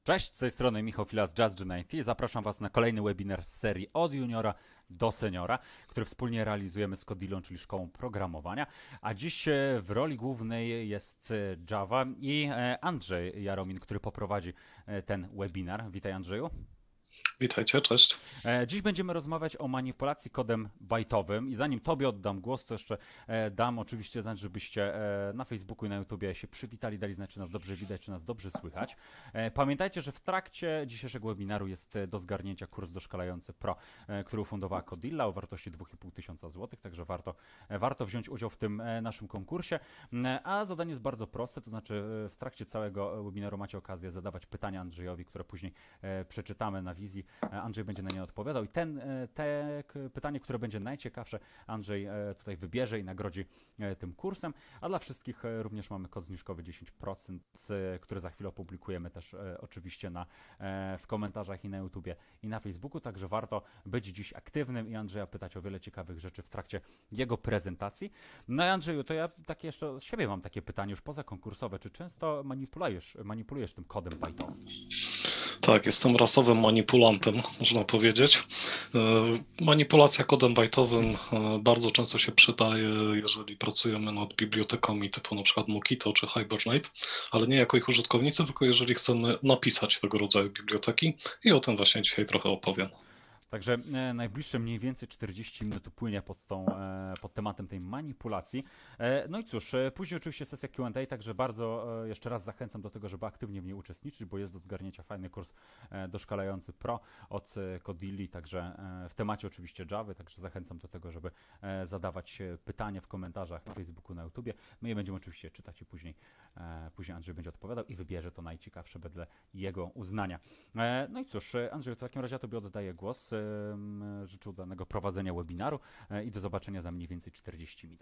Cześć, z tej strony Michał Fila z JazzGen IT. Zapraszam Was na kolejny webinar z serii Od juniora do seniora, który wspólnie realizujemy z Codillą, czyli szkołą programowania. A dziś w roli głównej jest Java i Andrzej Jaromin, który poprowadzi ten webinar. Witaj, Andrzeju. Witajcie, cześć. Dziś będziemy rozmawiać o manipulacji kodem bajtowym i zanim Tobie oddam głos, to jeszcze dam oczywiście znać, żebyście na Facebooku i na YouTubie się przywitali, dali znać, czy nas dobrze widać, czy nas dobrze słychać. Pamiętajcie, że w trakcie dzisiejszego webinaru jest do zgarnięcia kurs Doszkalający Pro, który ufundowała Codilla o wartości 2500 zł, także warto wziąć udział w tym naszym konkursie. A zadanie jest bardzo proste, to znaczy w trakcie całego webinaru macie okazję zadawać pytania Andrzejowi, które później przeczytamy na wizji. Andrzej będzie na nie odpowiadał i te pytanie, które będzie najciekawsze, Andrzej tutaj wybierze i nagrodzi tym kursem, a dla wszystkich również mamy kod zniżkowy 10%, który za chwilę opublikujemy też oczywiście w komentarzach i na YouTubie i na Facebooku, także warto być dziś aktywnym i Andrzeja pytać o wiele ciekawych rzeczy w trakcie jego prezentacji. No i Andrzeju, to ja takie jeszcze od siebie mam takie pytanie już poza konkursowe, czy często manipulujesz tym kodem Python? Tak, jestem rasowym manipulantem, można powiedzieć. Manipulacja kodem bajtowym bardzo często się przydaje, jeżeli pracujemy nad bibliotekami typu na przykład Mockito czy Hibernate, ale nie jako ich użytkownicy, tylko jeżeli chcemy napisać tego rodzaju biblioteki i o tym właśnie dzisiaj trochę opowiem. Także najbliższe mniej więcej 40 minut upłynie pod tematem tej manipulacji. No i cóż, później oczywiście sesja Q&A, także bardzo jeszcze raz zachęcam do tego, żeby aktywnie w niej uczestniczyć, bo jest do zgarnięcia fajny kurs Doszkalający Pro od Codilli, także w temacie oczywiście Java, także zachęcam do tego, żeby zadawać pytania w komentarzach na Facebooku, na YouTubie. My je będziemy oczywiście czytać i później Andrzej będzie odpowiadał i wybierze to najciekawsze wedle jego uznania. No i cóż, Andrzej, w takim razie ja Tobie oddaję głos. Życzę udanego prowadzenia webinaru i do zobaczenia za mniej więcej 40 minut.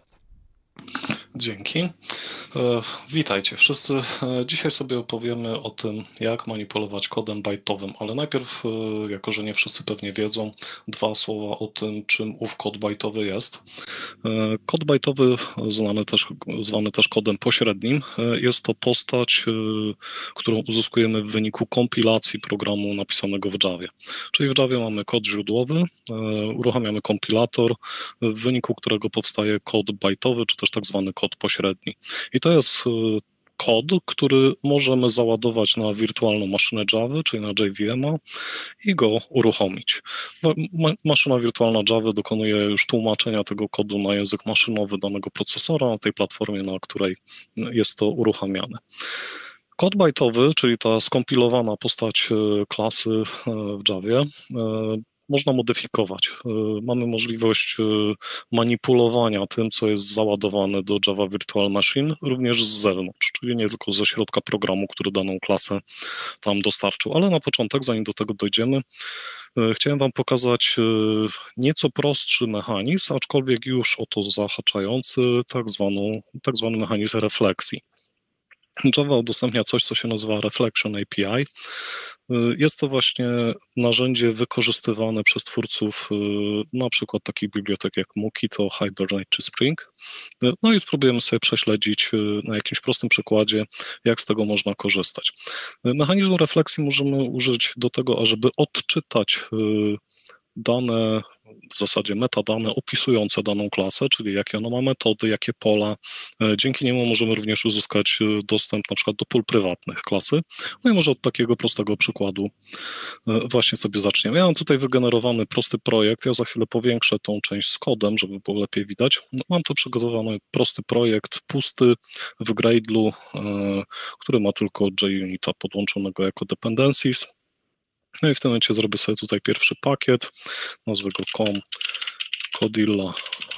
Dzięki. Witajcie wszyscy. Dzisiaj sobie opowiemy o tym, jak manipulować kodem bajtowym, ale najpierw, jako że nie wszyscy pewnie wiedzą, dwa słowa o tym, czym ów kod bajtowy jest. Kod bajtowy, zwany też kodem pośrednim, jest to postać, którą uzyskujemy w wyniku kompilacji programu napisanego w Javie. Czyli w Javie mamy kod źródłowy, uruchamiamy kompilator, w wyniku którego powstaje kod bajtowy, czy też tak zwany kod pośredni. I to jest kod, który możemy załadować na wirtualną maszynę Java, czyli na JVM-a i go uruchomić. Maszyna wirtualna Java dokonuje już tłumaczenia tego kodu na język maszynowy danego procesora, na tej platformie, na której jest to uruchamiane. Kod bajtowy, czyli ta skompilowana postać klasy w Javie, można modyfikować. Mamy możliwość manipulowania tym, co jest załadowane do Java Virtual Machine, również z zewnątrz, czyli nie tylko ze środka programu, który daną klasę tam dostarczył. Ale na początek, zanim do tego dojdziemy, chciałem Wam pokazać nieco prostszy mechanizm, aczkolwiek już o to zahaczający tak zwany mechanizm refleksji. Java udostępnia coś, co się nazywa Reflection API. Jest to właśnie narzędzie wykorzystywane przez twórców na przykład takich bibliotek jak Mockito, Hibernate czy Spring. No i spróbujemy sobie prześledzić na jakimś prostym przykładzie, jak z tego można korzystać. Mechanizmu refleksji możemy użyć do tego, ażeby odczytać dane, w zasadzie metadane opisujące daną klasę, czyli jakie ona ma metody, jakie pola. Dzięki niemu możemy również uzyskać dostęp na przykład do pól prywatnych klasy. No i może od takiego prostego przykładu właśnie sobie zaczniemy. Ja mam tutaj wygenerowany prosty projekt, ja za chwilę powiększę tą część z kodem, żeby było lepiej widać. Mam tu przygotowany prosty projekt, pusty w Gradle'u, który ma tylko JUnita podłączonego jako dependencies. No i w tym momencie zrobię sobie tutaj pierwszy pakiet, nazwę go Codilla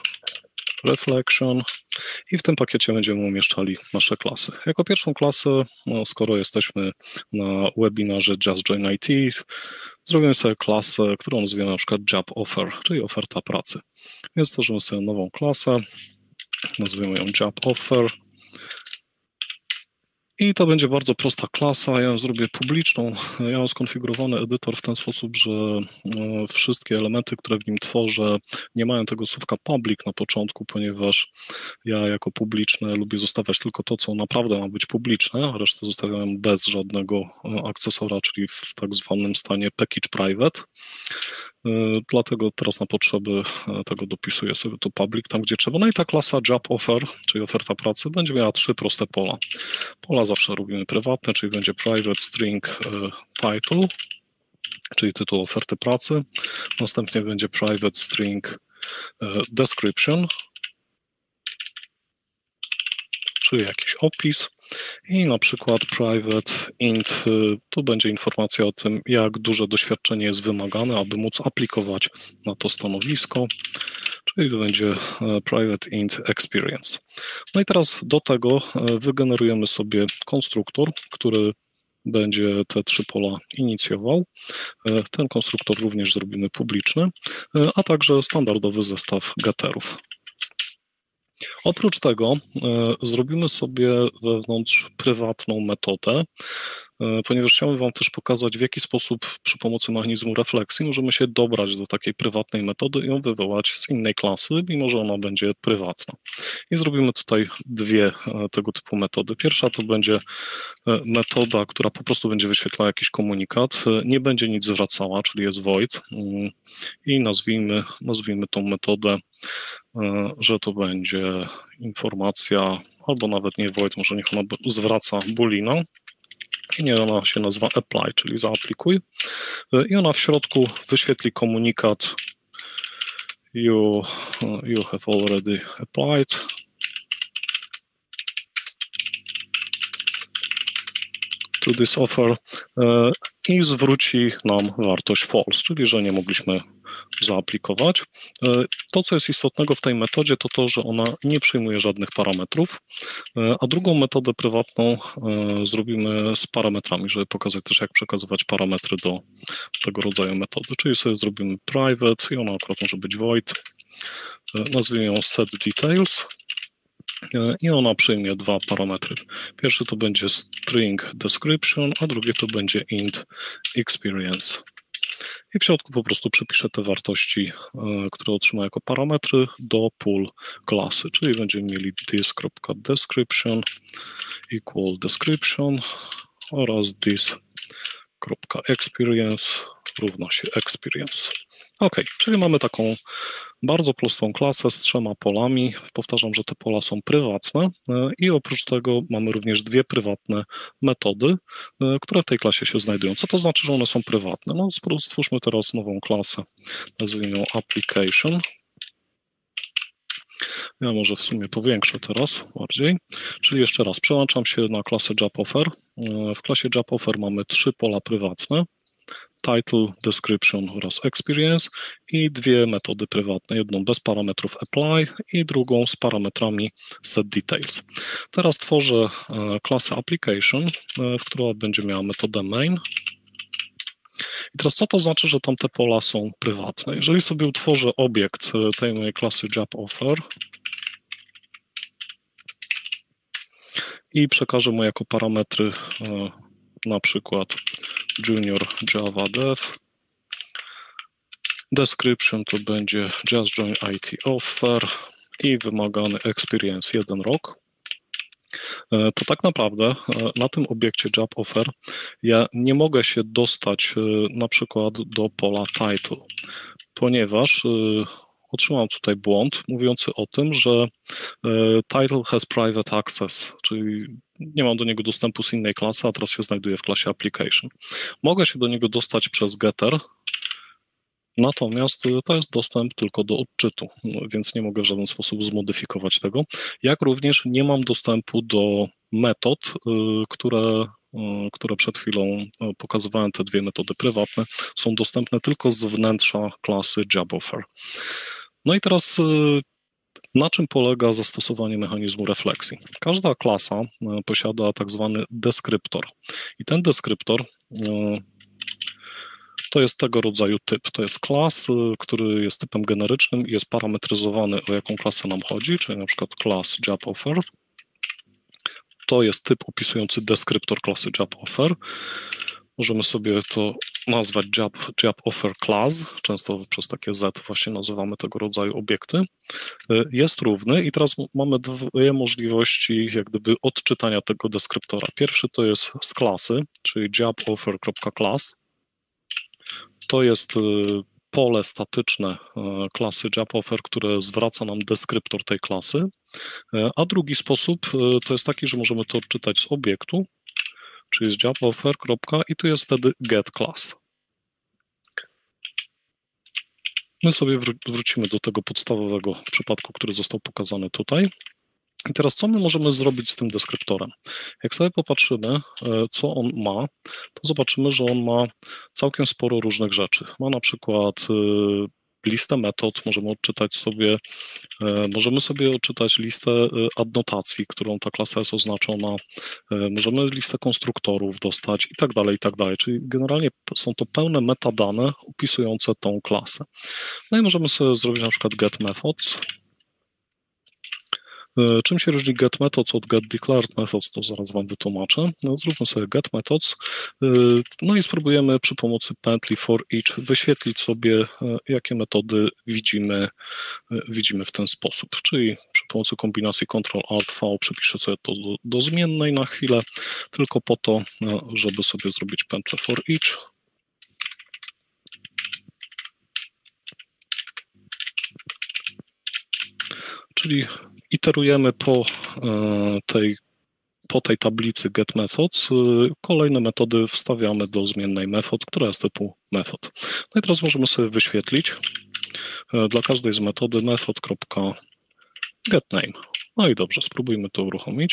Reflection i w tym pakiecie będziemy umieszczali nasze klasy. Jako pierwszą klasę, skoro jesteśmy na webinarze JazzGen IT, zrobimy sobie klasę, którą nazwiemy na przykład Job Offer, czyli oferta pracy. Więc stworzymy sobie nową klasę, nazwiemy ją Job Offer I to będzie bardzo prosta klasa, ja ją zrobię publiczną. Ja mam skonfigurowany edytor w ten sposób, że wszystkie elementy, które w nim tworzę, nie mają tego słówka public na początku, ponieważ ja jako publiczne lubię zostawiać tylko to, co naprawdę ma być publiczne, a resztę zostawiam bez żadnego akcesora, czyli w tak zwanym stanie package private. Dlatego teraz na potrzeby tego dopisuję sobie tu public tam, gdzie trzeba. No i ta klasa job offer, czyli oferta pracy, będzie miała 3 proste pola. Pola zawsze robimy prywatne, czyli będzie private string title, czyli tytuł oferty pracy. Następnie będzie private string description, czyli jakiś opis. I na przykład private int, tu będzie informacja o tym, jak duże doświadczenie jest wymagane, aby móc aplikować na to stanowisko, czyli to będzie private int experience. No i teraz do tego wygenerujemy sobie konstruktor, który będzie te 3 pola inicjował. Ten konstruktor również zrobimy publiczny, a także standardowy zestaw getterów. Oprócz tego zrobimy sobie wewnątrz prywatną metodę, ponieważ chciałbym Wam też pokazać, w jaki sposób przy pomocy mechanizmu refleksji możemy się dobrać do takiej prywatnej metody i ją wywołać z innej klasy, mimo że ona będzie prywatna. I zrobimy tutaj 2 tego typu metody. Pierwsza to będzie metoda, która po prostu będzie wyświetlała jakiś komunikat, nie będzie nic zwracała, czyli jest void, i nazwijmy tą metodę, że to będzie informacja, albo nawet nie void, może niech ona zwraca boolina. I nie, ona się nazywa apply, czyli zaaplikuj. I ona w środku wyświetli komunikat you have already applied. To this offer i zwróci nam wartość false, czyli że nie mogliśmy zaaplikować. To, co jest istotnego w tej metodzie, to to, że ona nie przyjmuje żadnych parametrów, a drugą metodę prywatną zrobimy z parametrami, żeby pokazać też, jak przekazywać parametry do tego rodzaju metody, czyli sobie zrobimy private i ona akurat może być void, nazwijmy ją set details i ona przyjmie 2 parametry. Pierwszy to będzie string description, a drugie to będzie int experience. I w środku po prostu przypiszę te wartości, które otrzyma jako parametry do pool klasy, czyli będziemy mieli this.description equal description oraz this.experience równa się experience. Ok, czyli mamy taką bardzo prostą klasę z 3 polami. Powtarzam, że te pola są prywatne i oprócz tego mamy również 2 prywatne metody, które w tej klasie się znajdują. Co to znaczy, że one są prywatne? No, stwórzmy teraz nową klasę, nazwijmy ją application. Ja może w sumie powiększę teraz bardziej. Czyli jeszcze raz, przełączam się na klasę JobOffer. W klasie JobOffer mamy 3 pola prywatne. Title, description oraz experience i 2 metody prywatne, jedną bez parametrów apply i drugą z parametrami set details. Teraz tworzę klasę application, która będzie miała metodę main. I teraz co to znaczy, że tamte pola są prywatne? Jeżeli sobie utworzę obiekt tej mojej klasy JobOffer i przekażę mu jako parametry na przykład Junior Java Dev. Description to będzie Just Join IT Offer i wymagany Experience 1 rok. To tak naprawdę na tym obiekcie Job Offer ja nie mogę się dostać na przykład do pola Title, ponieważ otrzymałem tutaj błąd mówiący o tym, że Title has private access, czyli nie mam do niego dostępu z innej klasy, a teraz się znajduje w klasie Application. Mogę się do niego dostać przez getter, natomiast to jest dostęp tylko do odczytu, więc nie mogę w żaden sposób zmodyfikować tego. Jak również nie mam dostępu do metod, które przed chwilą pokazywałem, te 2 metody prywatne, są dostępne tylko z wnętrza klasy JobOffer. No i teraz na czym polega zastosowanie mechanizmu refleksji? Każda klasa posiada tak zwany deskryptor i ten deskryptor to jest tego rodzaju typ. To jest class, który jest typem generycznym i jest parametryzowany, o jaką klasę nam chodzi, czyli na przykład class JobOffer. to jest typ opisujący deskryptor klasy JabOffer. Możemy sobie to nazwać JabOffer class, często przez takie Z właśnie nazywamy tego rodzaju obiekty. Jest równy i teraz mamy dwie możliwości jak gdyby odczytania tego deskryptora. Pierwszy to jest z klasy, czyli JabOffer.class. To jest pole statyczne klasy JabOffer, które zwraca nam deskryptor tej klasy, a drugi sposób to jest taki, że możemy to odczytać z obiektu, czyli z JabOffer. I tu jest wtedy getClass. My sobie wrócimy do tego podstawowego przypadku, który został pokazany tutaj. I teraz co my możemy zrobić z tym deskryptorem? Jak sobie popatrzymy, co on ma, to zobaczymy, że on ma całkiem sporo różnych rzeczy. Ma na przykład listę metod, możemy sobie odczytać listę adnotacji, którą ta klasa jest oznaczona, możemy listę konstruktorów dostać i tak dalej, czyli generalnie są to pełne metadane opisujące tą klasę. No i możemy sobie zrobić na przykład getMethods. Czym się różni getMethods od getDeclaredMethods, to zaraz Wam wytłumaczę. No, zróbmy sobie getMethods, no i spróbujemy przy pomocy pętli forEach wyświetlić sobie, jakie metody widzimy w ten sposób, czyli przy pomocy kombinacji Ctrl-Alt-V przypiszę sobie to do zmiennej na chwilę, tylko po to, żeby sobie zrobić pętlę forEach. Czyli iterujemy po tej tablicy getMethods, kolejne metody wstawiamy do zmiennej method, która jest typu method. No i teraz możemy sobie wyświetlić dla każdej z metody method.getName. No i dobrze, spróbujmy to uruchomić.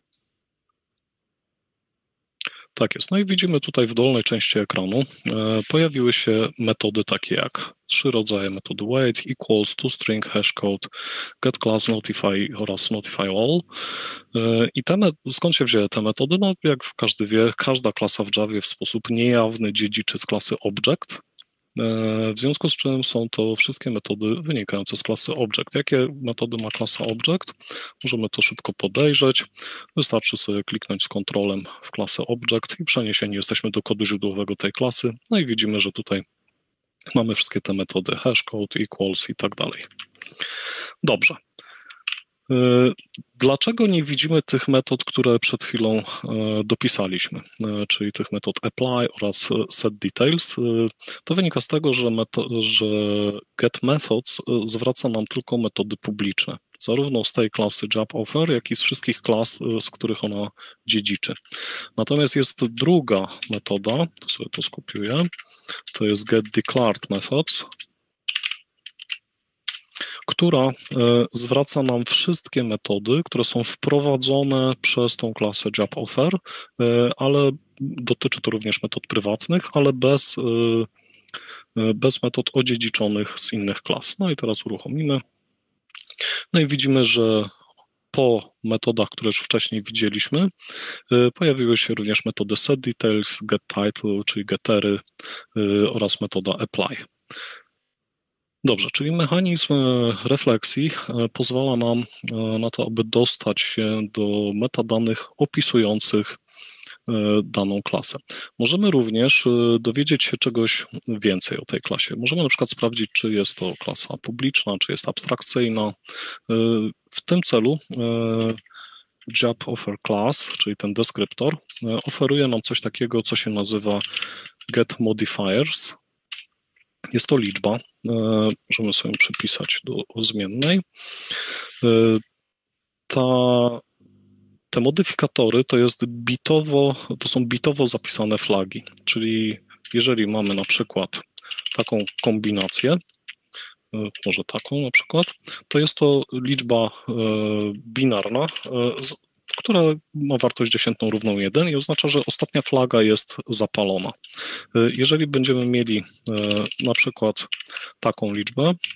Tak jest. No i widzimy tutaj w dolnej części ekranu pojawiły się metody takie jak 3 rodzaje metody wait, equals, toString, hashcode, getClass, notify oraz notifyAll. I skąd się wzięły te metody? No jak każdy wie, każda klasa w Javie w sposób niejawny dziedziczy z klasy object. W związku z czym są to wszystkie metody wynikające z klasy object. Jakie metody ma klasa object? Możemy to szybko podejrzeć. Wystarczy sobie kliknąć z kontrolem w klasę object i przeniesieni jesteśmy do kodu źródłowego tej klasy. No i widzimy, że tutaj mamy wszystkie te metody hashcode, equals i tak dalej. Dobrze. Dlaczego nie widzimy tych metod, które przed chwilą dopisaliśmy, czyli tych metod apply oraz setDetails? To wynika z tego, że getMethods zwraca nam tylko metody publiczne, zarówno z tej klasy JabOffer, jak i z wszystkich klas, z których ona dziedziczy. Natomiast jest druga metoda, to sobie to skopiuję, to jest getDeclaredMethods, która zwraca nam wszystkie metody, które są wprowadzone przez tą klasę JabOffer, ale dotyczy to również metod prywatnych, ale bez metod odziedziczonych z innych klas. No i teraz uruchomimy. No i widzimy, że po metodach, które już wcześniej widzieliśmy, pojawiły się również metody setDetails, getTitle, czyli getery oraz metoda apply. Dobrze, czyli mechanizm refleksji pozwala nam na to, aby dostać się do metadanych opisujących daną klasę. Możemy również dowiedzieć się czegoś więcej o tej klasie. Możemy na przykład sprawdzić, czy jest to klasa publiczna, czy jest abstrakcyjna. W tym celu JabOffer class, czyli ten deskryptor, oferuje nam coś takiego, co się nazywa getModifiers. Jest to liczba, możemy sobie przypisać do zmiennej. Te modyfikatory to są bitowo zapisane flagi, czyli jeżeli mamy na przykład taką kombinację, może taką na przykład, to jest to liczba binarna, która ma wartość dziesiętną równą 1 i oznacza, że ostatnia flaga jest zapalona. Jeżeli będziemy mieli na przykład taką liczbę,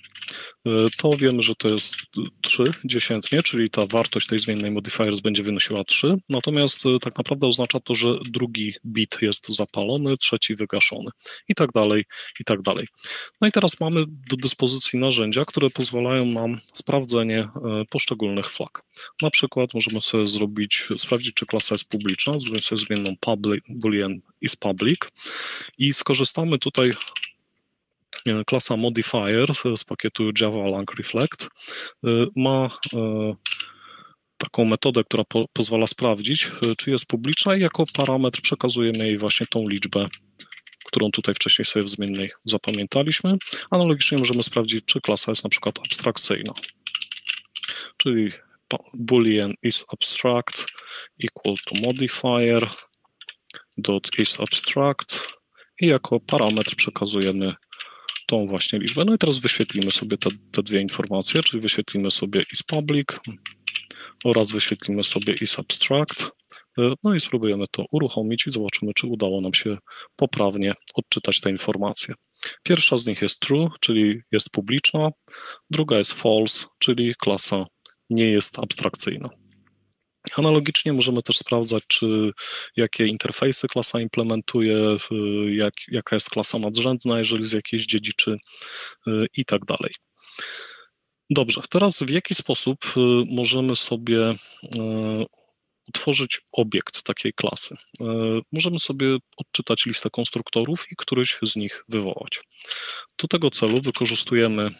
to wiemy, że to jest 3 dziesiętnie, czyli ta wartość tej zmiennej modifiers będzie wynosiła 3, natomiast tak naprawdę oznacza to, że drugi bit jest zapalony, trzeci wygaszony i tak dalej, i tak dalej. No i teraz mamy do dyspozycji narzędzia, które pozwalają nam sprawdzenie poszczególnych flag. Na przykład możemy sobie sprawdzić, czy klasa jest publiczna, zrobimy sobie zmienną boolean is public i skorzystamy tutaj klasa modifier z pakietu Java Lang Reflect ma taką metodę, która pozwala sprawdzić, czy jest publiczna i jako parametr przekazujemy jej właśnie tą liczbę, którą tutaj wcześniej sobie w zmiennej zapamiętaliśmy. Analogicznie możemy sprawdzić, czy klasa jest na przykład abstrakcyjna, czyli boolean is abstract equal to modifier dot is abstract i jako parametr przekazujemy tą właśnie liczbę. No i teraz wyświetlimy sobie te dwie informacje, czyli wyświetlimy sobie is public oraz wyświetlimy sobie is abstract. No i spróbujemy to uruchomić i zobaczymy, czy udało nam się poprawnie odczytać te informacje. Pierwsza z nich jest true, czyli jest publiczna, druga jest false, czyli klasa nie jest abstrakcyjna. Analogicznie możemy też sprawdzać, jakie interfejsy klasa implementuje, jaka jest klasa nadrzędna, jeżeli z jakiejś dziedziczy i tak dalej. Dobrze, teraz w jaki sposób możemy sobie utworzyć obiekt takiej klasy? Możemy sobie odczytać listę konstruktorów i któryś z nich wywołać. Do tego celu wykorzystujemy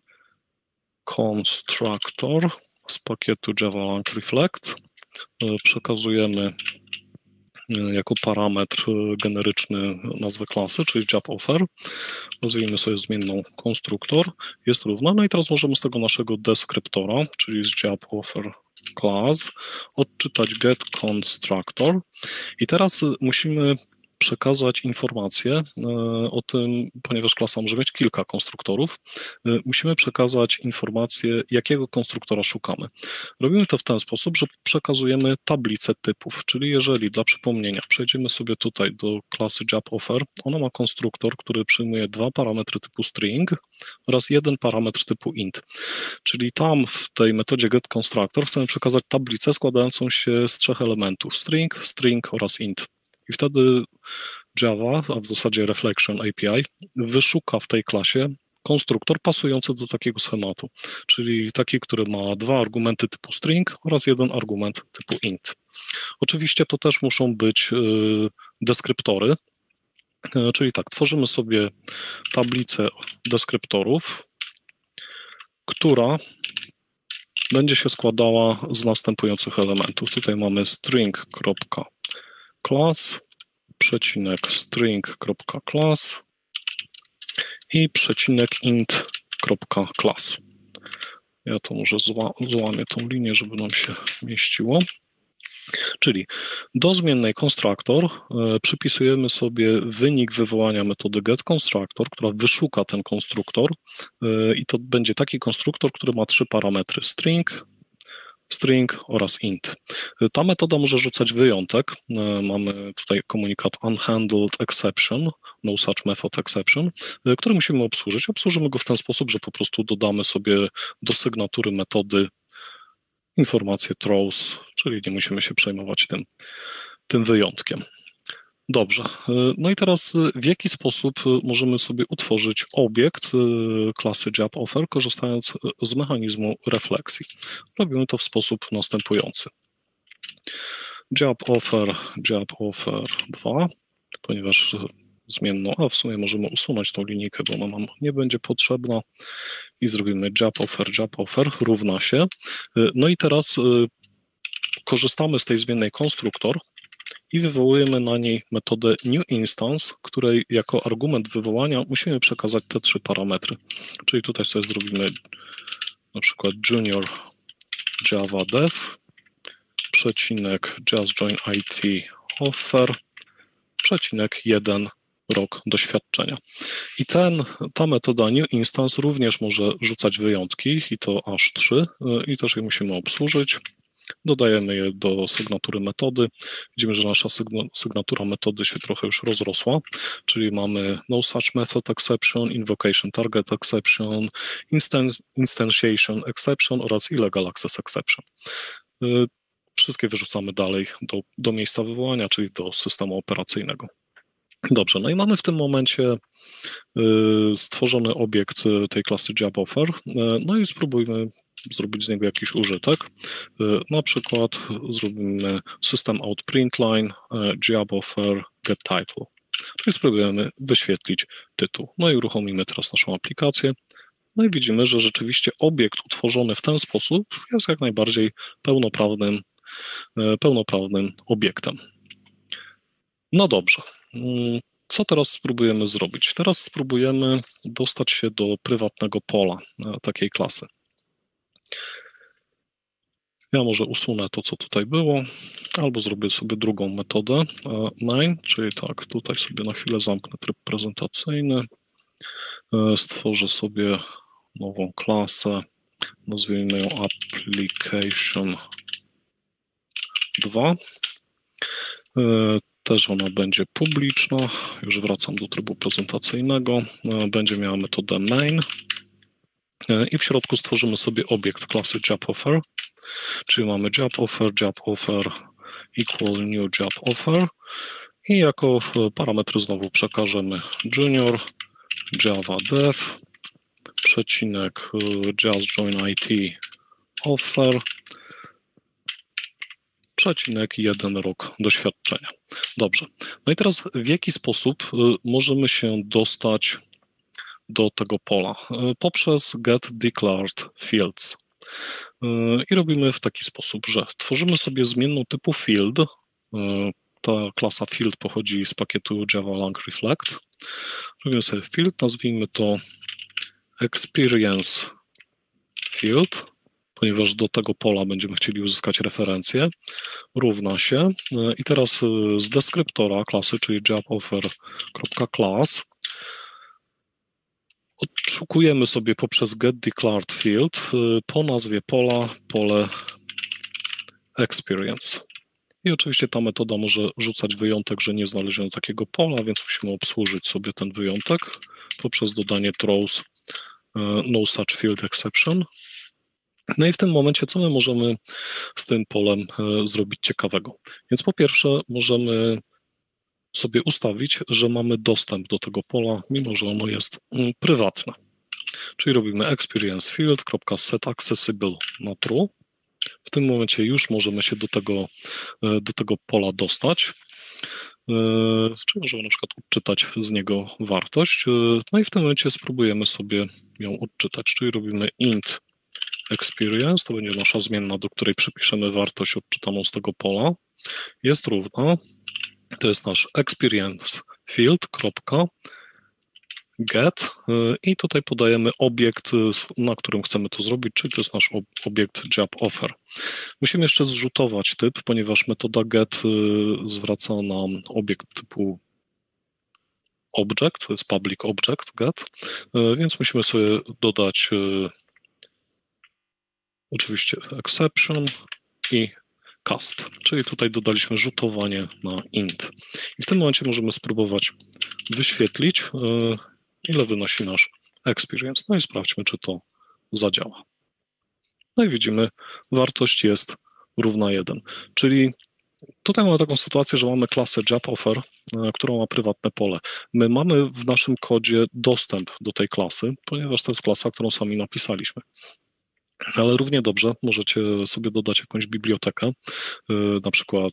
constructor z pakietu Java Lang Reflect. Przekazujemy jako parametr generyczny nazwę klasy, czyli JabOffer. Nazwijmy sobie zmienną konstruktor, jest równa. No i teraz możemy z tego naszego deskriptora, czyli z JabOffer class, odczytać getConstructor. I teraz musimy przekazać informację o tym, ponieważ klasa może mieć kilka konstruktorów, musimy przekazać informację, jakiego konstruktora szukamy. Robimy to w ten sposób, że przekazujemy tablicę typów, czyli jeżeli dla przypomnienia przejdziemy sobie tutaj do klasy JabOffer, ona ma konstruktor, który przyjmuje 2 parametry typu string oraz 1 parametr typu int. Czyli tam w tej metodzie getConstructor chcemy przekazać tablicę składającą się z 3 elementów: string, string oraz int. I wtedy Java, a w zasadzie Reflection API, wyszuka w tej klasie konstruktor pasujący do takiego schematu, czyli taki, który ma 2 argumenty typu string oraz 1 argument typu int. Oczywiście to też muszą być deskryptory, czyli tak, tworzymy sobie tablicę deskryptorów, która będzie się składała z następujących elementów. Tutaj mamy string.class, przecinek string.class i przecinek int.class. Ja to może złamię tą linię, żeby nam się mieściło. Czyli do zmiennej constructor przypisujemy sobie wynik wywołania metody getConstructor, która wyszuka ten konstruktor i to będzie taki konstruktor, który ma 3 parametry: string, string oraz int. Ta metoda może rzucać wyjątek. Mamy tutaj komunikat unhandled exception, no such method exception, który musimy obsłużyć. Obsłużymy go w ten sposób, że po prostu dodamy sobie do sygnatury metody informację throws, czyli nie musimy się przejmować tym wyjątkiem. Dobrze, no i teraz w jaki sposób możemy sobie utworzyć obiekt klasy JabOffer, korzystając z mechanizmu refleksji? Robimy to w sposób następujący. JabOffer 2, ponieważ zmienną, a w sumie możemy usunąć tą linijkę, bo ona nam nie będzie potrzebna i zrobimy JabOffer równa się. No i teraz korzystamy z tej zmiennej konstruktor i wywołujemy na niej metodę newInstance, której jako argument wywołania musimy przekazać te 3 parametry. Czyli tutaj sobie zrobimy na przykład junior Java Dev, przecinek just join IT offer, przecinek 1 rok doświadczenia. I ta metoda newInstance również może rzucać wyjątki i to aż 3 i też je musimy obsłużyć. dodajemy je do sygnatury metody. Widzimy, że nasza sygnatura metody się trochę już rozrosła, czyli mamy no such method exception, invocation target exception, instantiation exception oraz illegal access exception. Wszystkie wyrzucamy dalej do miejsca wywołania, czyli do systemu operacyjnego. Dobrze, no i mamy w tym momencie stworzony obiekt tej klasy JabOffer, no i spróbujmy zrobić z niego jakiś użytek. Na przykład zrobimy system out println JabOffer get title. I spróbujemy wyświetlić tytuł. No i uruchomimy teraz naszą aplikację. No i widzimy, że rzeczywiście obiekt utworzony w ten sposób jest jak najbardziej pełnoprawnym obiektem. No dobrze. Co teraz spróbujemy zrobić? Teraz spróbujemy dostać się do prywatnego pola takiej klasy. Ja może usunę to, co tutaj było, albo zrobię sobie drugą metodę, main, czyli tak, tutaj sobie na chwilę zamknę tryb prezentacyjny, stworzę sobie nową klasę, nazwijmy ją application 2. Też ona będzie publiczna, już wracam do trybu prezentacyjnego, będzie miała metodę main i w środku stworzymy sobie obiekt klasy JabOffer, czyli mamy JabOffer equal new JabOffer i jako parametry znowu przekażemy junior, java dev, przecinek just join IT offer, przecinek 1 rok doświadczenia. Dobrze. No i teraz w jaki sposób możemy się dostać do tego pola? Poprzez get declared fields. I robimy w taki sposób, że tworzymy sobie zmienną typu field. Ta klasa field pochodzi z pakietu Java Lang Reflect. Robimy sobie field, nazwijmy to experience field, ponieważ do tego pola będziemy chcieli uzyskać referencję, równa się i teraz z deskryptora klasy, czyli JabOffer.class odszukujemy sobie poprzez getDeclaredField po nazwie pola pole experience. I oczywiście ta metoda może rzucać wyjątek, że nie znaleziono takiego pola, więc musimy obsłużyć sobie ten wyjątek poprzez dodanie throws no such field exception. No i w tym momencie co my możemy z tym polem zrobić ciekawego? Więc po pierwsze możemy sobie ustawić, że mamy dostęp do tego pola, mimo że ono jest prywatne. Czyli robimy experience field.setAccessible na true. W tym momencie już możemy się do tego pola dostać. Czyli możemy na przykład odczytać z niego wartość. No i w tym momencie spróbujemy sobie ją odczytać, czyli robimy int experience, to będzie nasza zmienna, do której przypiszemy wartość odczytaną z tego pola, jest równa, to jest nasz experience field.get i tutaj podajemy obiekt, na którym chcemy to zrobić, czyli to jest nasz obiekt JabOffer. Musimy jeszcze zrzutować typ, ponieważ metoda get zwraca nam obiekt typu object, to jest public object get, więc musimy sobie dodać oczywiście exception i cast, czyli tutaj dodaliśmy rzutowanie na int. I w tym momencie możemy spróbować wyświetlić, ile wynosi nasz experience. No i sprawdźmy, czy to zadziała. No i widzimy, wartość jest równa 1. Czyli tutaj mamy taką sytuację, że mamy klasę JabOffer, która ma prywatne pole. My mamy w naszym kodzie dostęp do tej klasy, ponieważ to jest klasa, którą sami napisaliśmy. Ale równie dobrze możecie sobie dodać jakąś bibliotekę, na przykład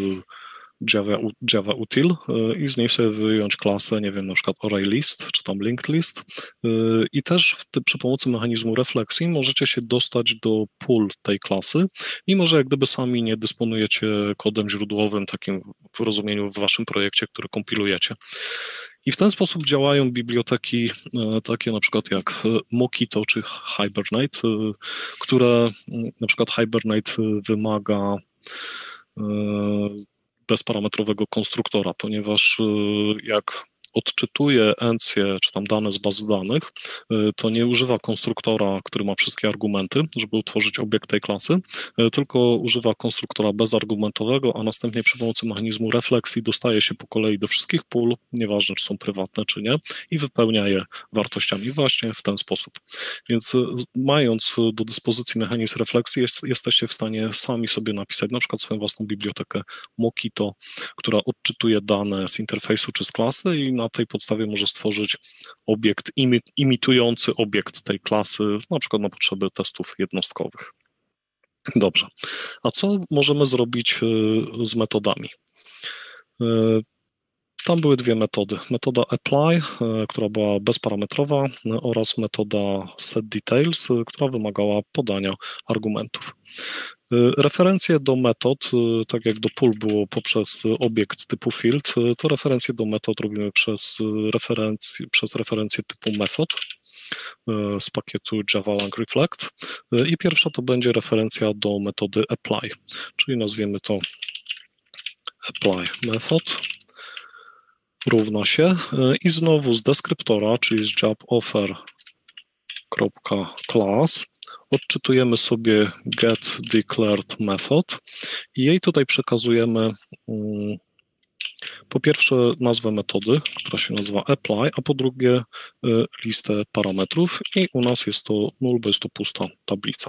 Java util i z niej sobie wyjąć klasę, nie wiem, na przykład ArrayList czy tam linked i też przy pomocy mechanizmu refleksji możecie się dostać do pool tej klasy, mimo że jak gdyby sami nie dysponujecie kodem źródłowym takim w rozumieniu w waszym projekcie, który kompilujecie. I w ten sposób działają biblioteki takie na przykład jak Mockito czy Hibernate, które na przykład Hibernate wymaga bezparametrowego konstruktora, ponieważ jak odczytuje encję, czy tam dane z bazy danych, to nie używa konstruktora, który ma wszystkie argumenty, żeby utworzyć obiekt tej klasy, tylko używa konstruktora bezargumentowego, a następnie przy pomocy mechanizmu refleksji dostaje się po kolei do wszystkich pól, nieważne czy są prywatne, czy nie, i wypełnia je wartościami właśnie w ten sposób. Więc mając do dyspozycji mechanizm refleksji, jesteście w stanie sami sobie napisać na przykład swoją własną bibliotekę Mockito, która odczytuje dane z interfejsu czy z klasy i na tej podstawie może stworzyć obiekt imitujący obiekt tej klasy, na przykład na potrzeby testów jednostkowych. Dobrze. A co możemy zrobić z metodami? Tam były dwie metody. Metoda apply, która była bezparametrowa, oraz metoda setDetails, która wymagała podania argumentów. Referencje do metod, tak jak do pól było poprzez obiekt typu field, to referencje do metod robimy przez referencję typu method z pakietu Java Lang Reflect. I pierwsza to będzie referencja do metody apply, czyli nazwiemy to apply method równa się i znowu z deskryptora, czyli z joboffer.class odczytujemy sobie getDeclared method i jej tutaj przekazujemy po pierwsze nazwę metody, która się nazywa apply, a po drugie listę parametrów i u nas jest to null, bo jest to pusta tablica.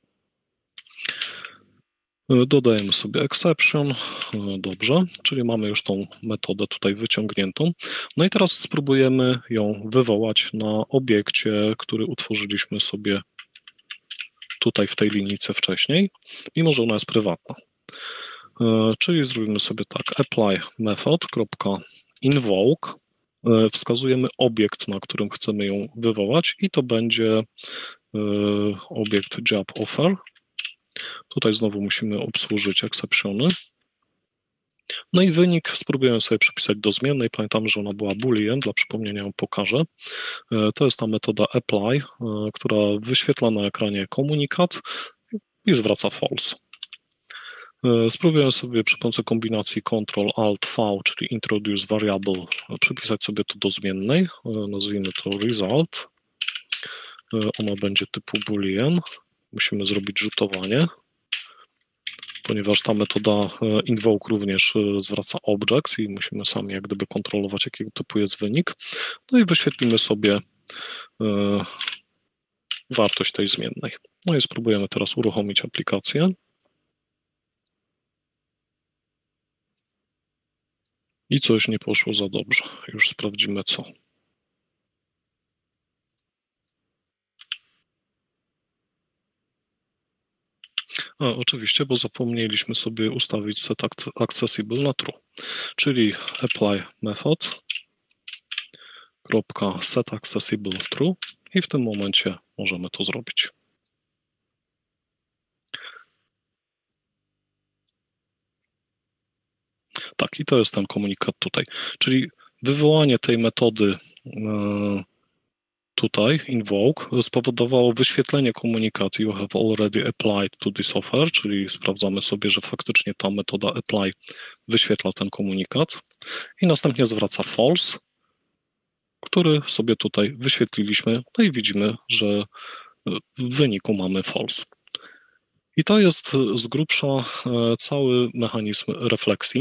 Dodajemy sobie exception, dobrze, czyli mamy już tą metodę tutaj wyciągniętą. No i teraz spróbujemy ją wywołać na obiekcie, który utworzyliśmy sobie tutaj w tej linijce wcześniej, mimo że ona jest prywatna. Czyli zrobimy sobie tak, apply method.invoke, wskazujemy obiekt, na którym chcemy ją wywołać i to będzie obiekt jobOffer. Tutaj znowu musimy obsłużyć exceptiony. No i wynik spróbujemy sobie przypisać do zmiennej. Pamiętamy, że ona była boolean, dla przypomnienia ją pokażę. To jest ta metoda apply, która wyświetla na ekranie komunikat i zwraca false. Spróbujemy sobie przy pomocy kombinacji Ctrl-Alt-V, czyli introduce variable, przypisać sobie to do zmiennej. Nazwijmy to result. Ona będzie typu boolean. Musimy zrobić rzutowanie, ponieważ ta metoda invoke również zwraca object i musimy sami jak gdyby kontrolować, jakiego typu jest wynik. No i wyświetlimy sobie wartość tej zmiennej. No i spróbujemy teraz uruchomić aplikację. I coś nie poszło za dobrze. Już sprawdzimy co. Oczywiście, bo zapomnieliśmy sobie ustawić set accessible na true, czyli apply method set accessible true i w tym momencie możemy to zrobić. Tak, i to jest ten komunikat tutaj, czyli wywołanie tej metody tutaj, invoke, spowodowało wyświetlenie komunikatu you have already applied to this offer, czyli sprawdzamy sobie, że faktycznie ta metoda apply wyświetla ten komunikat i następnie zwraca false, który sobie tutaj wyświetliliśmy, no i widzimy, że w wyniku mamy false. I to jest z grubsza cały mechanizm refleksji.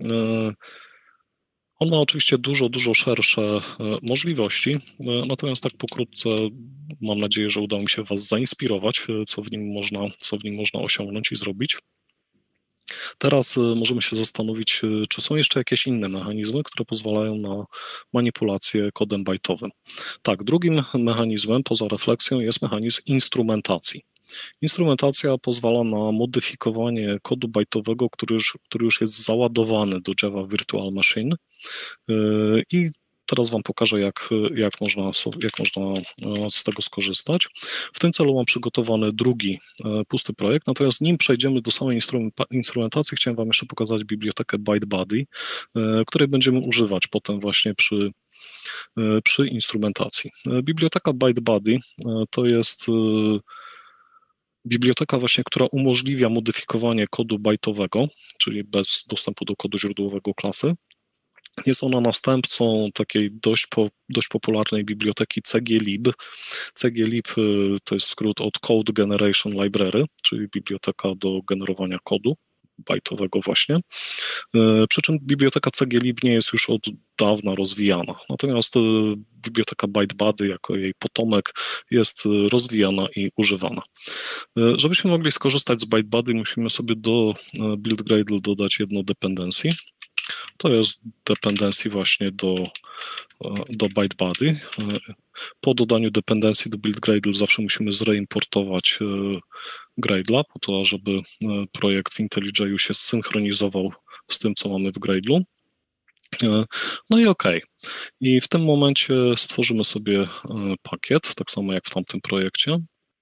On ma oczywiście dużo szersze możliwości, natomiast tak pokrótce mam nadzieję, że udało mi się Was zainspirować, co w nim można osiągnąć i zrobić. Teraz możemy się zastanowić, czy są jeszcze jakieś inne mechanizmy, które pozwalają na manipulację kodem bajtowym. Tak, drugim mechanizmem poza refleksją jest mechanizm instrumentacji. Instrumentacja pozwala na modyfikowanie kodu bajtowego, który już jest załadowany do Java Virtual Machine i teraz Wam pokażę, jak można z tego skorzystać. W tym celu mam przygotowany drugi pusty projekt, natomiast nim przejdziemy do samej instrumentacji, chciałem Wam jeszcze pokazać bibliotekę ByteBuddy, której będziemy używać potem właśnie przy instrumentacji. Biblioteka ByteBuddy to jest biblioteka właśnie, która umożliwia modyfikowanie kodu bajtowego, czyli bez dostępu do kodu źródłowego klasy. Jest ona następcą takiej dość popularnej biblioteki CGLib. CGLib to jest skrót od Code Generation Library, czyli biblioteka do generowania kodu bajtowego właśnie. Przy czym biblioteka CGLib nie jest już od dawna rozwijana. Natomiast biblioteka ByteBuddy jako jej potomek jest rozwijana i używana. Żebyśmy mogli skorzystać z ByteBuddy, musimy sobie do build.gradle dodać jedno dependency. To jest dependency właśnie do ByteBuddy. Po dodaniu dependencji do build.gradle zawsze musimy zreimportować Gradle'a, po to, żeby projekt w IntelliJ'u się zsynchronizował z tym, co mamy w Gradle'u. No i OK. I w tym momencie stworzymy sobie pakiet, tak samo jak w tamtym projekcie.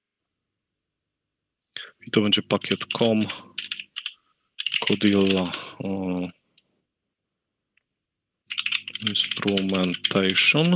I to będzie pakiet com Codilla instrumentation.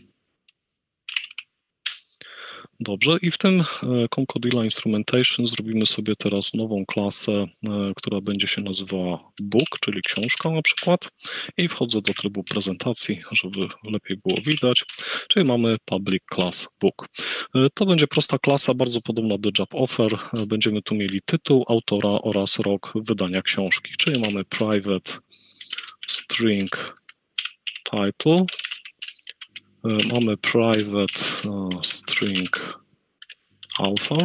Dobrze, i w tym Concodilla Instrumentation zrobimy sobie teraz nową klasę, która będzie się nazywała Book, czyli książka na przykład. I wchodzę do trybu prezentacji, żeby lepiej było widać. Czyli mamy public class Book. To będzie prosta klasa, bardzo podobna do job offer. Będziemy tu mieli tytuł autora oraz rok wydania książki. Czyli mamy private string title. Mamy private string author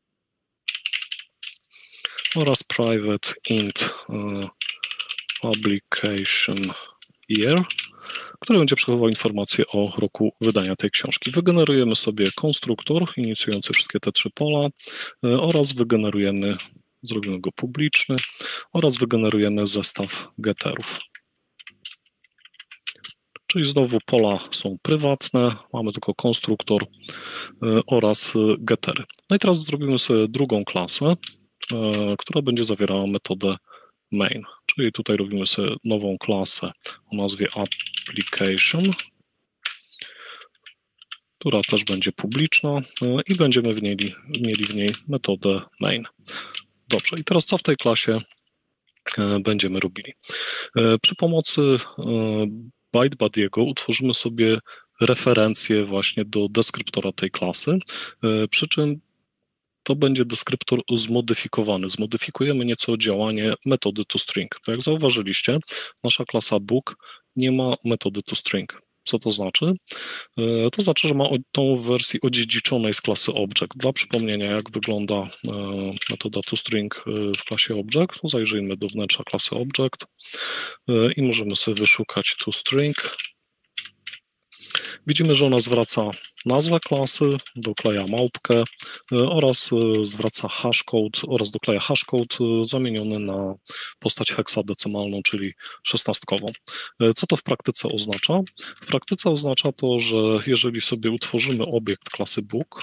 oraz private int publication year, który będzie przechowywał informacje o roku wydania tej książki. Wygenerujemy sobie konstruktor inicjujący wszystkie te trzy pola oraz wygenerujemy, zrobimy go publiczny oraz wygenerujemy zestaw getterów. Czyli znowu pola są prywatne, mamy tylko konstruktor oraz gettery. No i teraz zrobimy sobie drugą klasę, która będzie zawierała metodę main. Czyli tutaj robimy sobie nową klasę o nazwie application, która też będzie publiczna i będziemy mieli w niej metodę main. Dobrze, i teraz co w tej klasie będziemy robili? Przy pomocy ByteBuddy'ego utworzymy sobie referencję właśnie do deskryptora tej klasy, przy czym to będzie deskryptor zmodyfikowany. Zmodyfikujemy nieco działanie metody toString. Bo jak zauważyliście, nasza klasa book nie ma metody toString. Co to znaczy? To znaczy, że ma tą wersję odziedziczonej z klasy object. Dla przypomnienia, jak wygląda metoda toString w klasie object, zajrzyjmy do wnętrza klasy object i możemy sobie wyszukać toString. Widzimy, że ona zwraca nazwę klasy, dokleja małpkę oraz zwraca hashcode oraz dokleja hashcode zamieniony na postać heksadecymalną, czyli szesnastkową. Co to w praktyce oznacza? W praktyce oznacza to, że jeżeli sobie utworzymy obiekt klasy book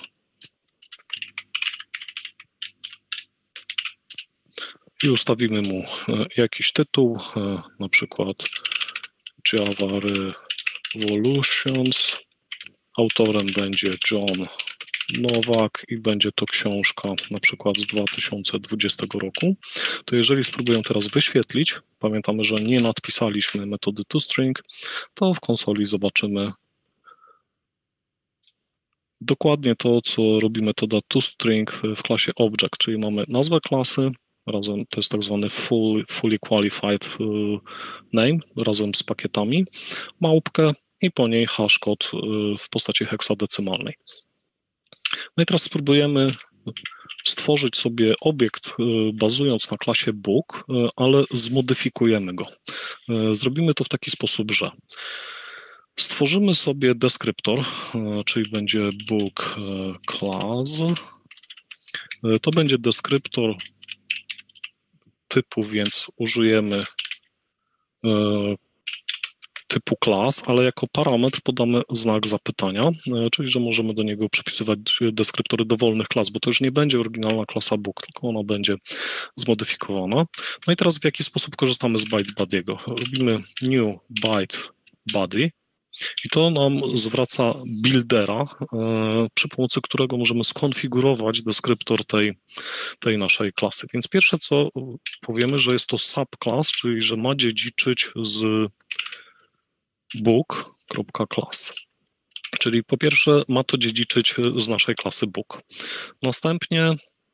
i ustawimy mu jakiś tytuł, na przykład Java Revolutions, autorem będzie John Nowak i będzie to książka na przykład z 2020 roku, to jeżeli spróbuję teraz wyświetlić, pamiętamy, że nie nadpisaliśmy metody toString, to w konsoli zobaczymy dokładnie to, co robi metoda toString w klasie object, czyli mamy nazwę klasy, razem, to jest tak zwany fully qualified name, razem z pakietami, małpkę i po niej hashcode w postaci heksadecymalnej. No i teraz spróbujemy stworzyć sobie obiekt bazując na klasie book, ale zmodyfikujemy go. Zrobimy to w taki sposób, że stworzymy sobie deskryptor, czyli będzie book class. To będzie deskryptor typu, więc użyjemy typu class, ale jako parametr podamy znak zapytania, czyli że możemy do niego przypisywać deskryptory dowolnych klas, bo to już nie będzie oryginalna klasa book, tylko ona będzie zmodyfikowana. No i teraz w jaki sposób korzystamy z ByteBuddy'ego? Robimy new ByteBuddy i to nam zwraca buildera, przy pomocy którego możemy skonfigurować deskryptor tej naszej klasy. Więc pierwsze co powiemy, że jest to subclass, czyli że ma dziedziczyć z book.class. Czyli po pierwsze ma to dziedziczyć z naszej klasy book. Następnie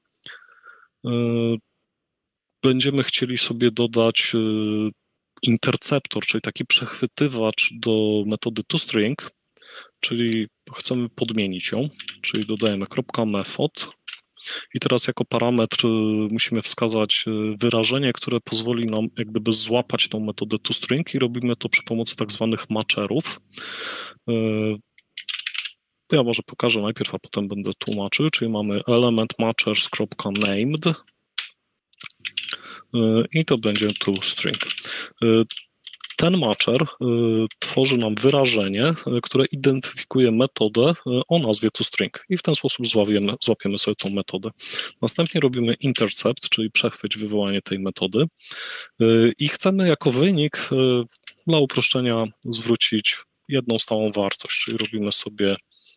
będziemy chcieli sobie dodać interceptor, czyli taki przechwytywacz do metody toString, czyli chcemy podmienić ją, czyli dodajemy .method i teraz jako parametr musimy wskazać wyrażenie, które pozwoli nam jak gdyby złapać tą metodę toString i robimy to przy pomocy tak zwanych matcherów. Ja może pokażę najpierw, a potem będę tłumaczył, czyli mamy element matchers.named i to będzie toString. Ten matcher tworzy nam wyrażenie, które identyfikuje metodę o nazwie toString i w ten sposób złapiemy sobie tą metodę. Następnie robimy intercept, czyli przechwyć wywołanie tej metody i chcemy jako wynik dla uproszczenia zwrócić jedną stałą wartość, czyli robimy sobie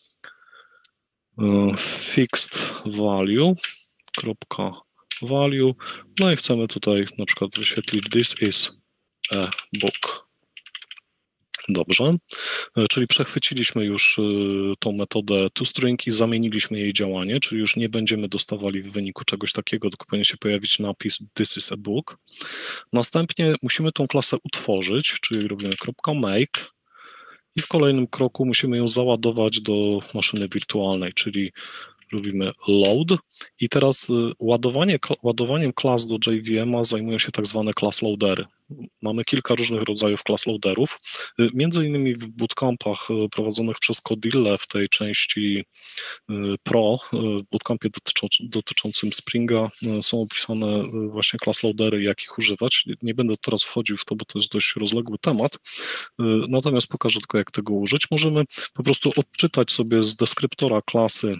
fixed value, value, no i chcemy tutaj na przykład wyświetlić this is a book. Dobrze, czyli przechwyciliśmy już tą metodę toString i zamieniliśmy jej działanie, czyli już nie będziemy dostawali w wyniku czegoś takiego, tylko powinien się pojawić napis this is a book. Następnie musimy tą klasę utworzyć, czyli robimy .make i w kolejnym kroku musimy ją załadować do maszyny wirtualnej, czyli robimy load i teraz ładowaniem klas do JVM-a zajmują się tak zwane class loadery. Mamy kilka różnych rodzajów class loaderów, między innymi w bootcampach prowadzonych przez Codille w tej części Pro, w bootcampie dotyczącym Springa są opisane właśnie class loadery, jak ich używać. Nie będę teraz wchodził w to, bo to jest dość rozległy temat, natomiast pokażę tylko, jak tego użyć. Możemy po prostu odczytać sobie z deskryptora klasy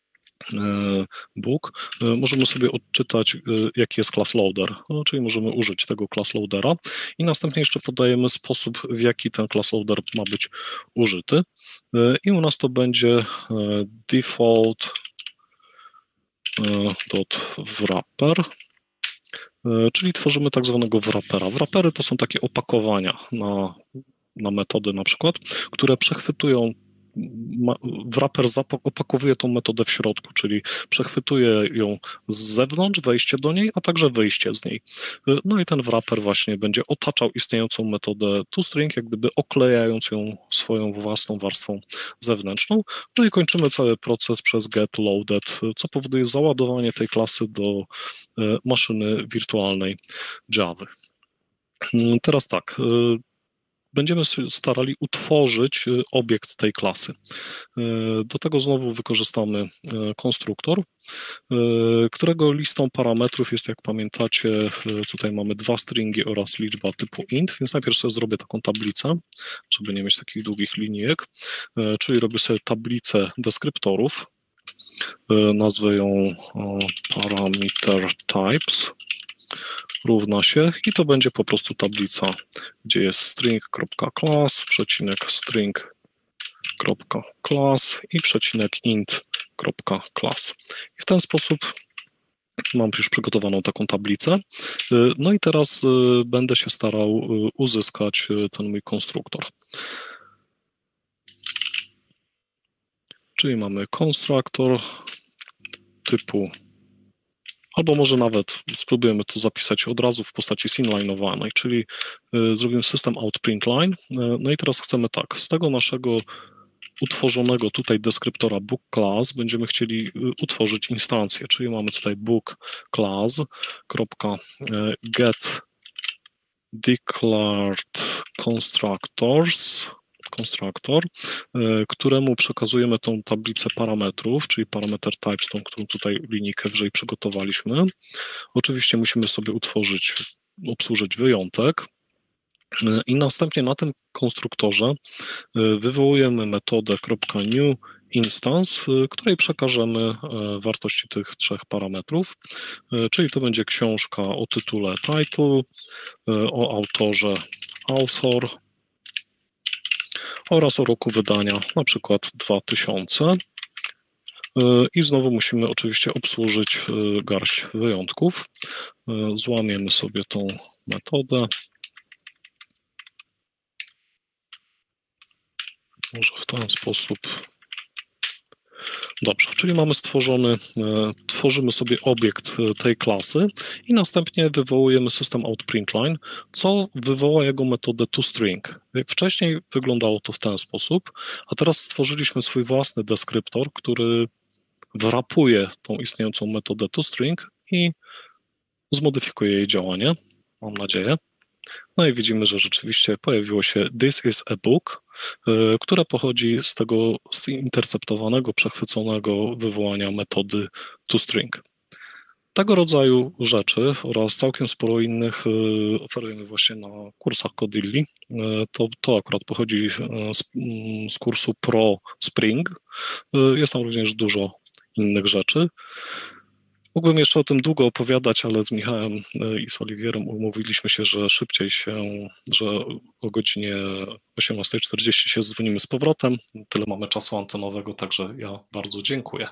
book, możemy sobie odczytać, jaki jest class loader, czyli możemy użyć tego class loadera i następnie jeszcze podajemy sposób, w jaki ten class loader ma być użyty i u nas to będzie default .wrapper, czyli tworzymy tak zwanego wrapera. Wrapery to są takie opakowania na metody na przykład, które przechwytują wrapper opakowuje tą metodę w środku, czyli przechwytuje ją z zewnątrz, wejście do niej, a także wyjście z niej. No i ten wrapper właśnie będzie otaczał istniejącą metodę toString, jak gdyby oklejając ją swoją własną warstwą zewnętrzną. No i kończymy cały proces przez get loaded, co powoduje załadowanie tej klasy do maszyny wirtualnej Java. Teraz tak, będziemy starali utworzyć obiekt tej klasy. Do tego znowu wykorzystamy konstruktor, którego listą parametrów jest, jak pamiętacie, tutaj mamy 2 stringi oraz liczba typu int, więc najpierw sobie zrobię taką tablicę, żeby nie mieć takich długich linijek, czyli robię sobie tablicę deskryptorów, nazwę ją parameter types, równa się i to będzie po prostu tablica, gdzie jest string.class, przecinek string.class i przecinek int.class. I w ten sposób mam już przygotowaną taką tablicę. No i teraz będę się starał uzyskać ten mój konstruktor. Czyli mamy konstruktor typu, albo może nawet spróbujemy to zapisać od razu w postaci sinline'owanej, czyli zrobimy system out println. No i teraz chcemy tak, z tego naszego utworzonego tutaj deskryptora book class będziemy chcieli utworzyć instancję, czyli mamy tutaj book class .get declared konstruktor, któremu przekazujemy tą tablicę parametrów, czyli parameter types, tą, którą tutaj linijkę wyżej przygotowaliśmy. Oczywiście musimy sobie obsłużyć wyjątek i następnie na tym konstruktorze wywołujemy metodę .new instance, której przekażemy wartości tych 3 parametrów, czyli to będzie książka o tytule title, o autorze author oraz o roku wydania, na przykład 2000. I znowu musimy oczywiście obsłużyć garść wyjątków. Złamiemy sobie tą metodę. Może w ten sposób. Dobrze, czyli mamy tworzymy sobie obiekt tej klasy i następnie wywołujemy system out println, co wywoła jego metodę toString. Jak wcześniej wyglądało to w ten sposób, a teraz stworzyliśmy swój własny deskryptor, który wrapuje tą istniejącą metodę toString i zmodyfikuje jej działanie, mam nadzieję. No i widzimy, że rzeczywiście pojawiło się this is a book, które pochodzi z tego zinterceptowanego, przechwyconego wywołania metody toString. Tego rodzaju rzeczy oraz całkiem sporo innych oferujemy właśnie na kursach Codilli. To akurat pochodzi z kursu Pro Spring. Jest tam również dużo innych rzeczy. Mógłbym jeszcze o tym długo opowiadać, ale z Michałem i z Oliwierem umówiliśmy się, że o godzinie 18:40 się dzwonimy z powrotem. Tyle mamy czasu antenowego, także ja bardzo dziękuję.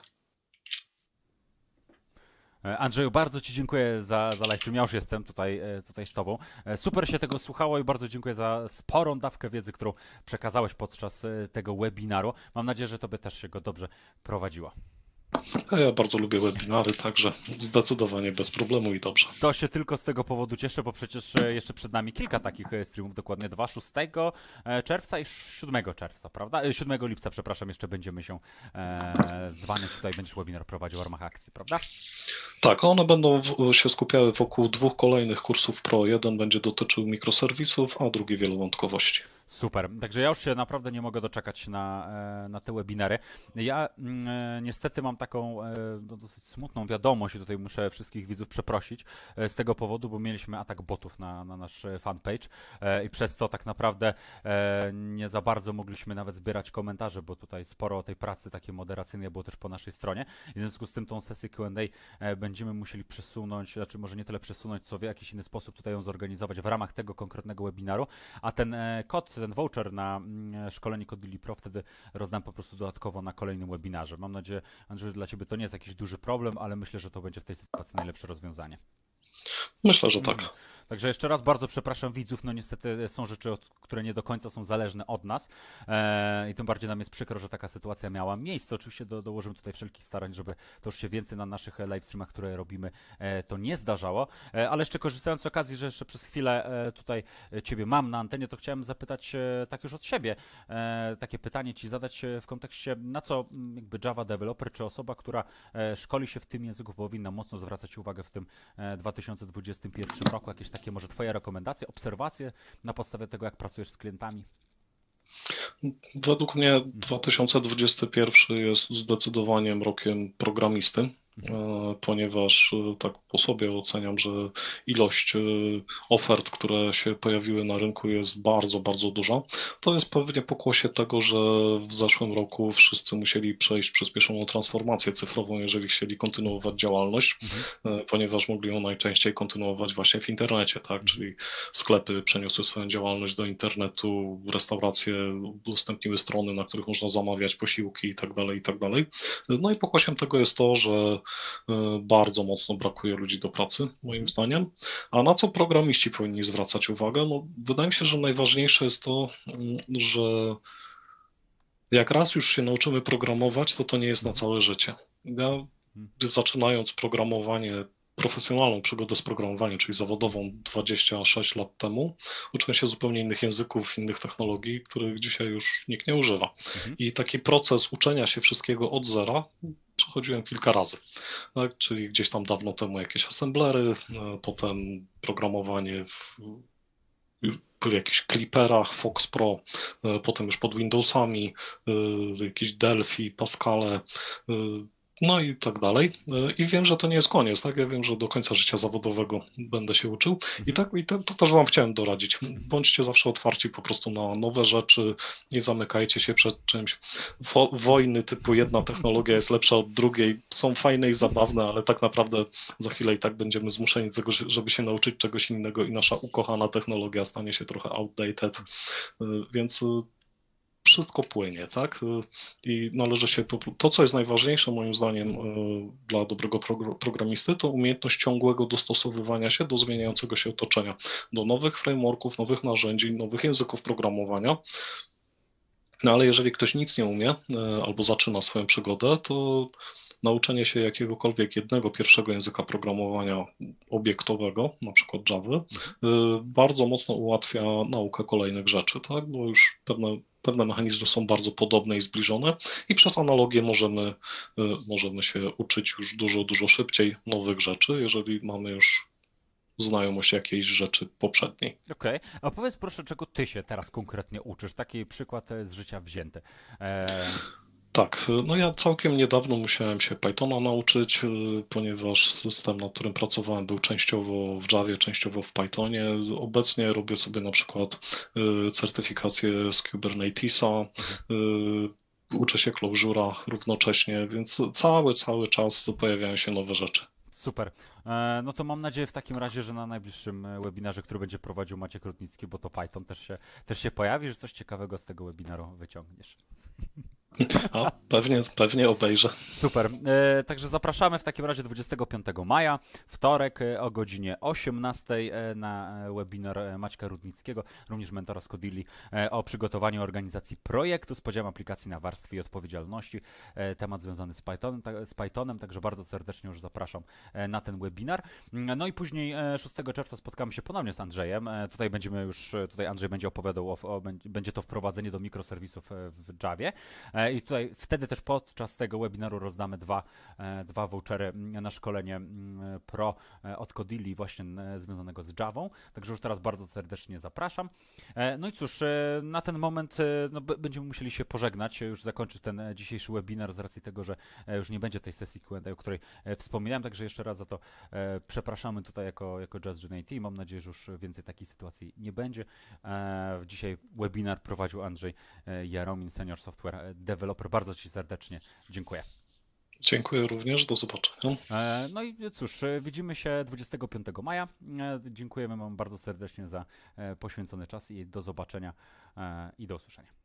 Andrzeju, bardzo Ci dziękuję za livestream. Ja już jestem tutaj z Tobą. Super się tego słuchało i bardzo dziękuję za sporą dawkę wiedzy, którą przekazałeś podczas tego webinaru. Mam nadzieję, że Tobie też się go dobrze prowadziło. Ja bardzo lubię webinary, także zdecydowanie bez problemu i dobrze. To się tylko z tego powodu cieszę, bo przecież jeszcze przed nami kilka takich streamów, dokładnie 2, 6 czerwca i 7 czerwca, prawda? 7 lipca, przepraszam, jeszcze będziemy się dzwaniać, tutaj będziesz webinar prowadził w ramach akcji, prawda? Tak, one będą się skupiały wokół 2 kolejnych kursów Pro. Jeden będzie dotyczył mikroserwisów, a drugi wielowątkowości. Super, także ja już się naprawdę nie mogę doczekać na te webinary. Ja niestety mam taką dosyć smutną wiadomość i tutaj muszę wszystkich widzów przeprosić z tego powodu, bo mieliśmy atak botów na nasz fanpage i przez to tak naprawdę nie za bardzo mogliśmy nawet zbierać komentarze, bo tutaj sporo tej pracy takiej moderacyjnej było też po naszej stronie. I w związku z tym tą sesję Q&A będziemy musieli przesunąć, znaczy może nie tyle przesunąć, co w jakiś inny sposób tutaj ją zorganizować w ramach tego konkretnego webinaru, a ten kod, ten voucher na szkolenie Codilli Pro wtedy rozdam po prostu dodatkowo na kolejnym webinarze. Mam nadzieję, Andrzej, że dla Ciebie to nie jest jakiś duży problem, ale myślę, że to będzie w tej sytuacji najlepsze rozwiązanie. Myślę, że tak. Także jeszcze raz bardzo przepraszam widzów, no niestety są rzeczy, które nie do końca są zależne od nas i tym bardziej nam jest przykro, że taka sytuacja miała miejsce. Oczywiście dołożymy tutaj wszelkich starań, żeby to już się więcej na naszych livestreamach, które robimy, to nie zdarzało, ale jeszcze korzystając z okazji, że jeszcze przez chwilę tutaj Ciebie mam na antenie, to chciałem zapytać tak już od siebie, takie pytanie Ci zadać w kontekście, na co jakby Java developer, czy osoba, która szkoli się w tym języku, powinna mocno zwracać uwagę w tym 2021 roku, jakieś takie może Twoje rekomendacje, obserwacje na podstawie tego, jak pracujesz z klientami? Według mnie 2021 jest zdecydowanie rokiem programisty, ponieważ tak po sobie oceniam, że ilość ofert, które się pojawiły na rynku jest bardzo, bardzo duża. To jest pewnie pokłosie tego, że w zeszłym roku wszyscy musieli przejść przyspieszoną transformację cyfrową, jeżeli chcieli kontynuować działalność, ponieważ mogli ją najczęściej kontynuować właśnie w internecie, tak? Czyli sklepy przeniosły swoją działalność do internetu, restauracje udostępniły strony, na których można zamawiać posiłki i tak dalej, i tak dalej. No i pokłosiem tego jest to, że bardzo mocno brakuje ludzi do pracy, moim zdaniem. A na co programiści powinni zwracać uwagę? No, wydaje mi się, że najważniejsze jest to, że jak raz już się nauczymy programować, to nie jest na całe życie. Ja zaczynając programowanie, profesjonalną przygodę z programowaniem, czyli zawodową 26 lat temu, uczyłem się zupełnie innych języków, innych technologii, których dzisiaj już nikt nie używa. I taki proces uczenia się wszystkiego od zera przechodziłem kilka razy, tak? Czyli gdzieś tam dawno temu jakieś assemblery, potem programowanie w jakichś Clipperach, Fox Pro, potem już pod Windowsami, jakieś Delphi, Pascale, no i tak dalej. I wiem, że to nie jest koniec, tak? Ja wiem, że do końca życia zawodowego będę się uczył i to też Wam chciałem doradzić. Bądźcie zawsze otwarci po prostu na nowe rzeczy, nie zamykajcie się przed czymś. Wojny typu jedna technologia jest lepsza od drugiej są fajne i zabawne, ale tak naprawdę za chwilę i tak będziemy zmuszeni do tego, żeby się nauczyć czegoś innego i nasza ukochana technologia stanie się trochę outdated, więc wszystko płynie, tak? I należy się, to co jest najważniejsze moim zdaniem dla dobrego programisty, to umiejętność ciągłego dostosowywania się do zmieniającego się otoczenia, do nowych frameworków, nowych narzędzi, nowych języków programowania. No ale jeżeli ktoś nic nie umie albo zaczyna swoją przygodę, to nauczenie się jakiegokolwiek pierwszego języka programowania obiektowego, na przykład Java, bardzo mocno ułatwia naukę kolejnych rzeczy, tak? Bo już pewne mechanizmy są bardzo podobne i zbliżone i przez analogię możemy się uczyć już dużo szybciej nowych rzeczy, jeżeli mamy już znajomość jakiejś rzeczy poprzedniej. Okej, a powiedz proszę, czego ty się teraz konkretnie uczysz? Taki przykład z życia wzięty. Tak, no ja całkiem niedawno musiałem się Pythona nauczyć, ponieważ system, na którym pracowałem, był częściowo w Javie, częściowo w Pythonie. Obecnie robię sobie na przykład certyfikację z Kubernetesa, uczę się Clojure'a równocześnie, więc cały czas pojawiają się nowe rzeczy. Super. No to mam nadzieję w takim razie, że na najbliższym webinarze, który będzie prowadził Maciek Rudnicki, bo to Python też się pojawi, że coś ciekawego z tego webinaru wyciągniesz. A pewnie obejrzę. Super. Także zapraszamy w takim razie 25 maja, wtorek o godzinie 18 na webinar Maćka Rudnickiego, również mentora z Codilli, o przygotowaniu organizacji projektu z podziałem aplikacji na warstwy i odpowiedzialności. Temat związany z Pythonem, także bardzo serdecznie już zapraszam na ten webinar. No i później 6 czerwca spotkamy się ponownie z Andrzejem. Tutaj Andrzej będzie opowiadał będzie to wprowadzenie do mikroserwisów w Javie. I tutaj wtedy też podczas tego webinaru rozdamy dwa vouchery na szkolenie pro od Codilli właśnie związanego z Javą. Także już teraz bardzo serdecznie zapraszam. No i cóż, na ten moment będziemy musieli się pożegnać, już zakończyć ten dzisiejszy webinar z racji tego, że już nie będzie tej sesji Q&A, o której wspominałem, także jeszcze raz za to przepraszamy tutaj jako Just Gen IT. Mam nadzieję, że już więcej takiej sytuacji nie będzie. Dzisiaj webinar prowadził Andrzej Jaromin, Senior Software Developer. Bardzo Ci serdecznie dziękuję. Dziękuję również, do zobaczenia. No i cóż, widzimy się 25 maja. Dziękujemy Wam bardzo serdecznie za poświęcony czas i do zobaczenia i do usłyszenia.